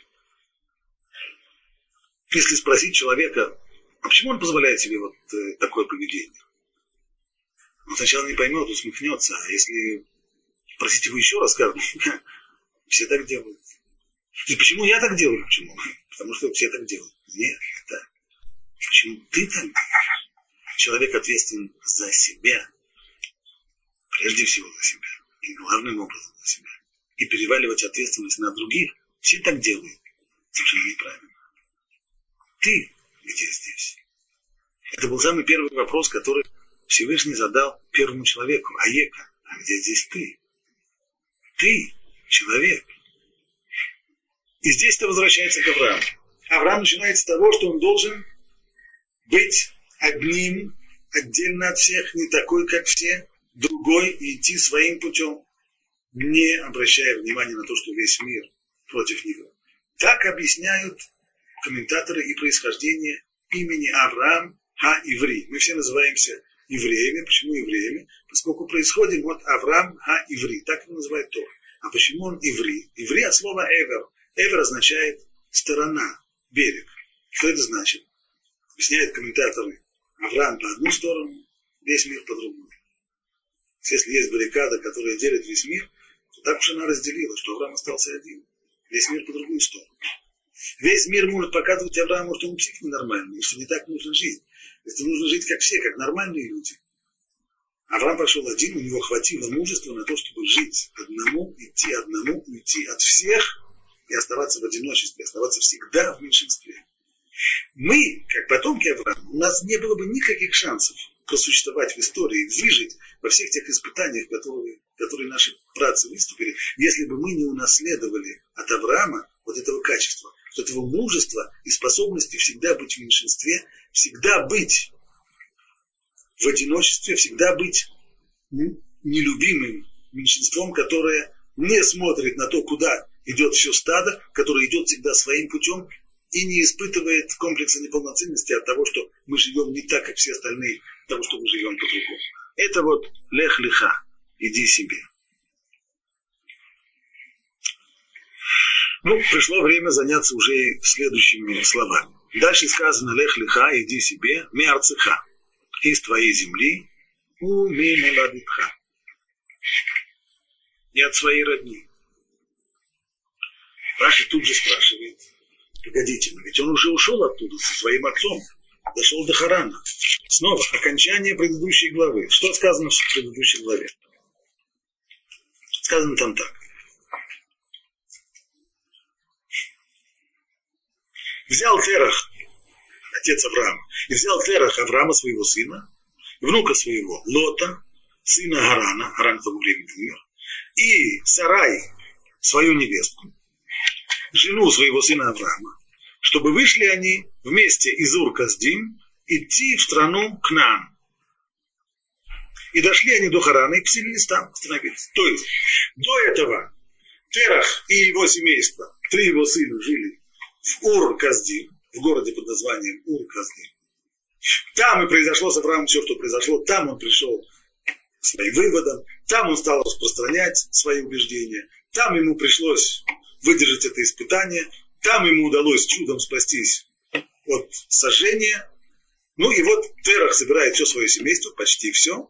если спросить человека, а почему он позволяет себе вот такое поведение, он сначала не поймет, усмехнется, а если спросить его еще раз, скажет: все так делают. И почему я так делаю? Почему? Потому что все так делают. Нет, это почему ты так делаешь? Человек ответственен за себя, прежде всего за себя, и главным образом за себя. И переваливать ответственность на других, все так делают, совершенно неправильно. Ты где здесь? Это был самый первый вопрос, который Всевышний задал первому человеку: Аека, а где здесь ты? Ты человек. И здесь это возвращается к Аврааму. Авраам начинает с того, что он должен быть одним, отдельно от всех, не такой, как все, другой, и идти своим путем, не обращая внимания на то, что весь мир против него. Так объясняют комментаторы и происхождение имени Авраам Ха-Иври. Мы все называемся евреями. Почему евреями? Поскольку происходим от Авраам Ха-Иври. Так его называют Тора. А почему он Иври? Иври от слова Эвер. Эвер означает сторона, берег. Что это значит? Объясняют комментаторы. Авраам по одну сторону, весь мир по другую. Если есть баррикада, которая делит весь мир, то так уж она разделила, что Авраам остался один. Весь мир по другую сторону. Весь мир может показывать Аврааму, что он псих ненормальный, и что не так нужно жить. Если нужно жить как все, как нормальные люди. Авраам пошел один, у него хватило мужества на то, чтобы жить одному, уйти от всех и оставаться в одиночестве, оставаться всегда в меньшинстве. Мы, как потомки Авраама, у нас не было бы никаких шансов просуществовать в истории, выжить во всех тех испытаниях, которые наши праотцы выступили, если бы мы не унаследовали от Авраама вот этого качества, вот этого мужества и способности всегда быть в меньшинстве, всегда быть в одиночестве, всегда быть нелюбимым меньшинством, которое не смотрит на то, куда идет все стадо, которое идет всегда своим путем и не испытывает комплекса неполноценности от того, что мы живем не так, как все остальные, от того, что мы живем по-другому. Это вот лех-леха, иди себе. Пришло время заняться уже следующими словами. Дальше сказано лех-леха, иди себе, меарцеха, из твоей земли, у мимоладитха, и от своей родни. Раши тут же спрашивает, погодите, но ведь он уже ушел оттуда со своим отцом, дошел до Харана. Снова окончание предыдущей главы. Что сказано в предыдущей главе? Сказано там так. Взял Терах, отец Авраама, и взял Терах Авраама, своего сына, внука своего Лота, сына Харана, Харан в то время умер, и Сарай, свою невестку, жену своего сына Авраама, чтобы вышли они вместе из Ур-Касдим идти в страну Кнаан. И дошли они до Харана и поселились там, остановились. То есть, до этого Терах и его семейство, 3 его сына жили в Ур-Касдим, в городе под названием Ур-Касдим. Там и произошло с Авраамом все, что произошло. Там он пришел к своим выводам. Там он стал распространять свои убеждения. Там ему пришлось выдержать это испытание. Там ему удалось чудом спастись от сожжения. И вот Терах собирает все свое семейство, почти все.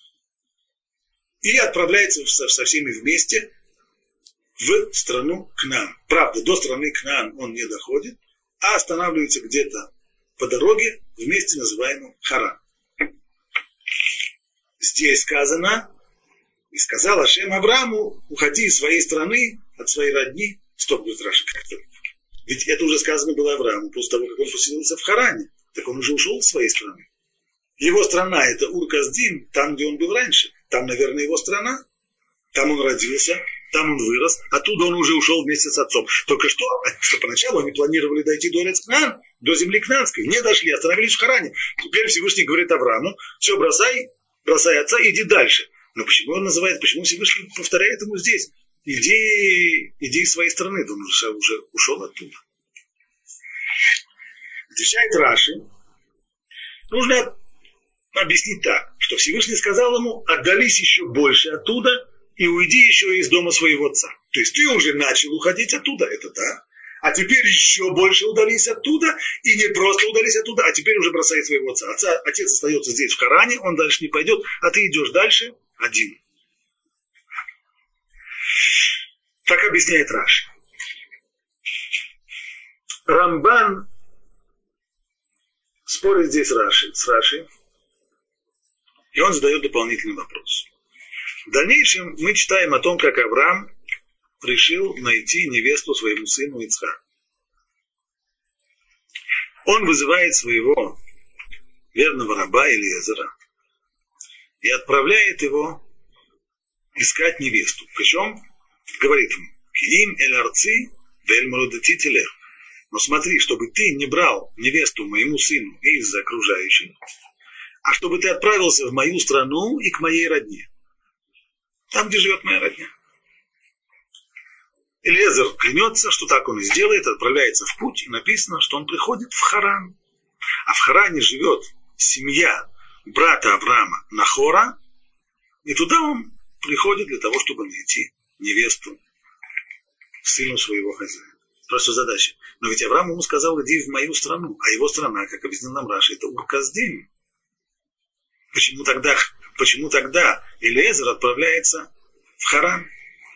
И отправляется со всеми вместе в страну Кнаан. Правда, до страны Кнаан он не доходит, а останавливается где-то по дороге в месте, называемом Харан. Здесь сказано, и сказал Ашем Аврааму, уходи из своей страны, от своей родни. Стоп, говорит Раши, как-то. Ведь это уже сказано было Аврааму после того, как он поселился в Харане. Так он уже ушел из своей страны. Его страна это Ур-Касдим, там, где он был раньше. Там, наверное, его страна. Там он родился, там он вырос. Оттуда он уже ушел вместе с отцом. Только что поначалу они планировали дойти до Эрец-Кнаан, до земли Кнаанской. Не дошли, остановились в Харане. Теперь Всевышний говорит Аврааму, все, бросай отца, иди дальше. Но почему Всевышний повторяет ему здесь? Иди из своей страны. Да он уже ушел оттуда. Отвечает Раши. Нужно объяснить так, что Всевышний сказал ему, отдались еще больше оттуда и уйди еще из дома своего отца. То есть ты уже начал уходить оттуда, это да. А теперь еще больше удались оттуда, и не просто удались оттуда, а теперь уже бросай своего отца. Отец остается здесь в Харане, он дальше не пойдет, а ты идешь дальше один. Так объясняет Раши. Рамбан спорит здесь с Раши, и он задает дополнительный вопрос. В дальнейшем мы читаем о том, как Авраам решил найти невесту своему сыну Ицхаку. Он вызывает своего верного раба Элиезера и отправляет его искать невесту. Причем говорит ему, «Киим эль арци вель молодати телех». Но смотри, чтобы ты не брал невесту моему сыну из окружающих, а чтобы ты отправился в мою страну и к моей родне. Там, где живет моя родня. Элиэзер клянется, что так он и сделает, отправляется в путь, и написано, что он приходит в Харан. А в Харане живет семья брата Авраама Нахора, и туда он приходит для того, чтобы найти невесту сыну своего хозяина. Просто задача. Но ведь Авраам ему сказал, иди в мою страну, а его страна, как объяснил нам Раши, это Ур-Каздим. Почему тогда Элиэзер отправляется в Харан?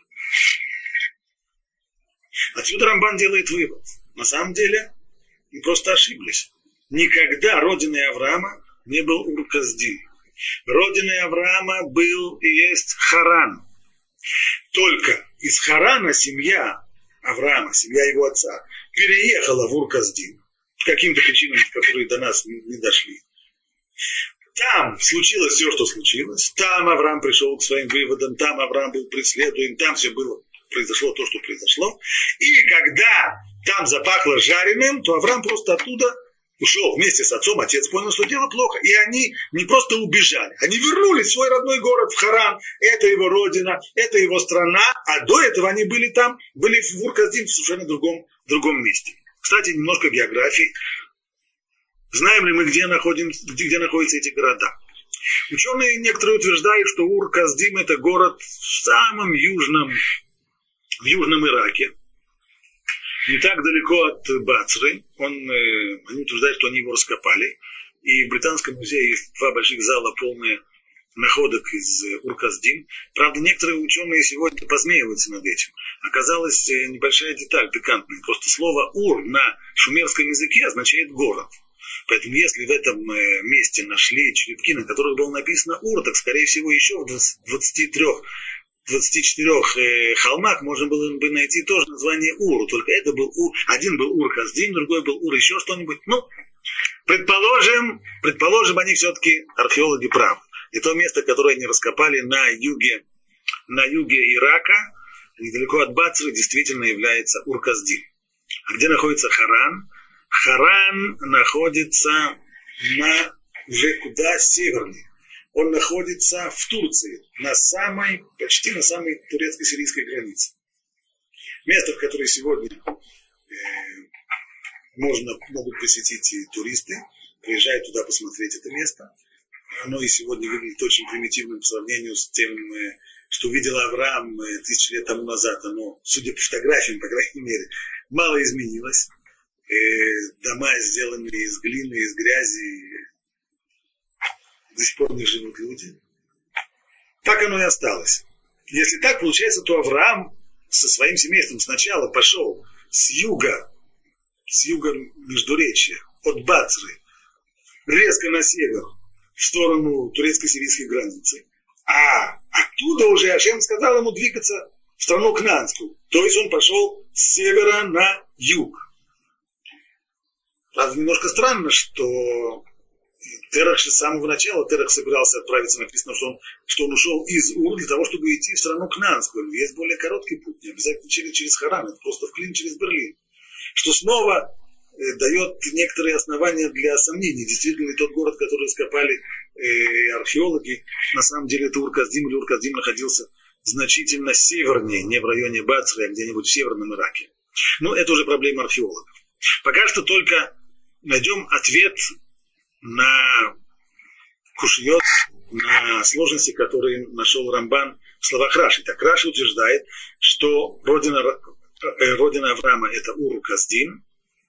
Отсюда Рамбан делает вывод. На самом деле, мы просто ошиблись. Никогда родиной Авраама не был Ур-Каздим. Родиной Авраама был и есть Харан. Только из Харана семья Авраама, семья его отца, переехала в Ур-Каздим. По каким-то причинам, которые до нас не дошли. Там случилось все, что случилось. Там Авраам пришел к своим выводам. Там Авраам был преследуем. Там все было. Произошло то, что произошло. И когда там запахло жареным, то Авраам просто оттуда ушел вместе с отцом. Отец понял, что дело плохо. И они не просто убежали. Они вернулись в свой родной город, в Харан. Это его родина, это его страна. А до этого они были там, были в Ур-Каздим в совершенно другом месте. Кстати, немножко географии. Знаем ли мы, где находятся эти города? Ученые некоторые утверждают, что Ур-Каздим это город в самом южном Ираке. Не так далеко от Бацры. Они утверждают, что они его раскопали. И в Британском музее есть 2 больших зала, полные находок из Ур-Каздим. Правда, некоторые ученые сегодня посмеиваются над этим. Оказалась небольшая деталь пикантная. Просто слово «Ур» на шумерском языке означает «город». Поэтому если в этом месте нашли черепки, на которых было написано «Ур», так, скорее всего, еще в 24 холмах можно было бы найти тоже название Уру. Только это был Ур. Один был Ур-Каздим, другой был Ур еще что-нибудь. Ну, предположим, они все-таки археологи правы. И то место, которое они раскопали на юге Ирака, недалеко от Бацры, действительно является Ур-Каздим. А где находится Харан? Харан находится уже куда севернее. Он находится в Турции, почти на самой турецко-сирийской границе. Место, в которое сегодня могут посетить и туристы, приезжают туда посмотреть это место. Оно и сегодня выглядит очень примитивным по сравнению с тем, что увидел Авраам 1000 лет тому назад. Оно, судя по фотографиям, по крайней мере, мало изменилось. Дома сделаны из глины, из грязи. До сих пор в них живут люди. Так оно и осталось. Если так получается, то Авраам со своим семейством сначала пошел с юга Междуречья, от Бацры, резко на север, в сторону турецко-сирийской границы. А оттуда уже Ашем сказал ему двигаться в страну Кнаанскую. То есть он пошел с севера на юг. Правда, немножко странно, что Терах с самого начала собирался отправиться, написано, что он ушел из Ур для того, чтобы идти в страну Кнаанскую. Но есть более короткий путь, не обязательно через Харан, это просто в клин через Берлин. Что снова дает некоторые основания для сомнений. Действительно ли тот город, который раскопали археологи, на самом деле это Ур-Каздим, или Ур-Каздим находился значительно севернее, не в районе Бацры, а где-нибудь в северном Ираке. Но это уже проблема археологов. Пока что только найдем ответ на кушьет, на сложности, которые нашел Рамбан в словах Раши. Так Раши утверждает, что родина Авраама это Ур-Каздим.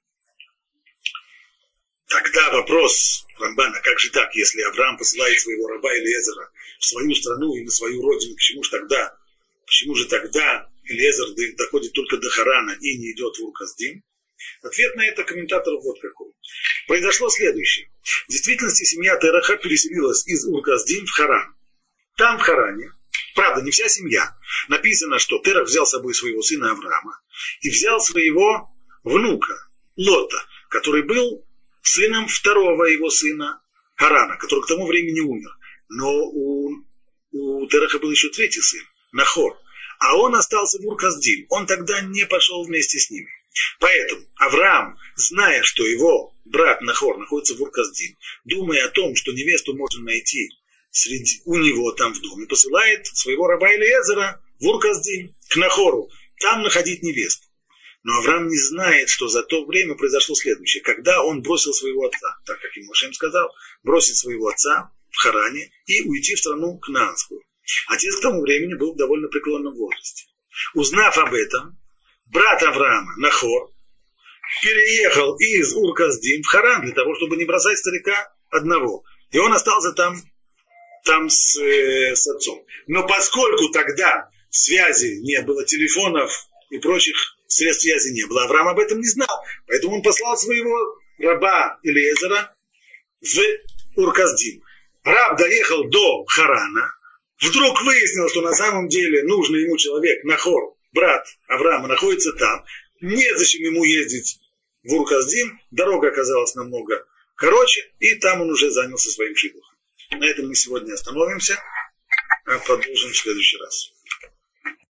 Тогда вопрос Рамбана, как же так, если Авраам посылает своего раба Элиэзера в свою страну и на свою родину, почему же тогда Элиэзер доходит только до Харана и не идет в Ур-Каздим? Ответ на это комментаторов вот какой. Произошло следующее. В действительности семья Тераха переселилась из Ур-Каздим в Харан. Там, в Харане, правда, не вся семья, написано, что Терах взял с собой своего сына Авраама и взял своего внука Лота, который был сыном второго его сына Харана, который к тому времени умер. Но у Тераха был еще третий сын, Нахор. а он остался в Ур-Касдим. Он тогда не пошел вместе с ними. Поэтому Авраам, зная, что его брат Нахор находится в Ур-Касдим, думая о том, что невесту можно найти у него там в доме, посылает своего раба Элиэзера в Ур-Касдим, к Нахору, там находить невесту. Но Авраам не знает, что за то время произошло следующее. Когда он бросил своего отца, так как ему Ашем сказал, бросить своего отца в Харане и уйти в страну Кнаанскую. Отец к тому времени был в довольно преклонном возрасте. Узнав об этом, брат Авраама, Нахор, переехал из Ур-Касдим в Харан для того, чтобы не бросать старика одного. И он остался там с отцом. Но поскольку тогда связи не было, телефонов и прочих средств связи не было, Авраам об этом не знал. Поэтому он послал своего раба Элиэзера в Ур-Касдим. Раб доехал до Харана. Вдруг выяснилось, что на самом деле нужный ему человек, Нахор, брат Авраама, находится там. Незачем ему ездить в Ур-Касдим. Дорога оказалась намного короче, и там он уже занялся своим шидухом. На этом мы сегодня остановимся, а продолжим в следующий раз.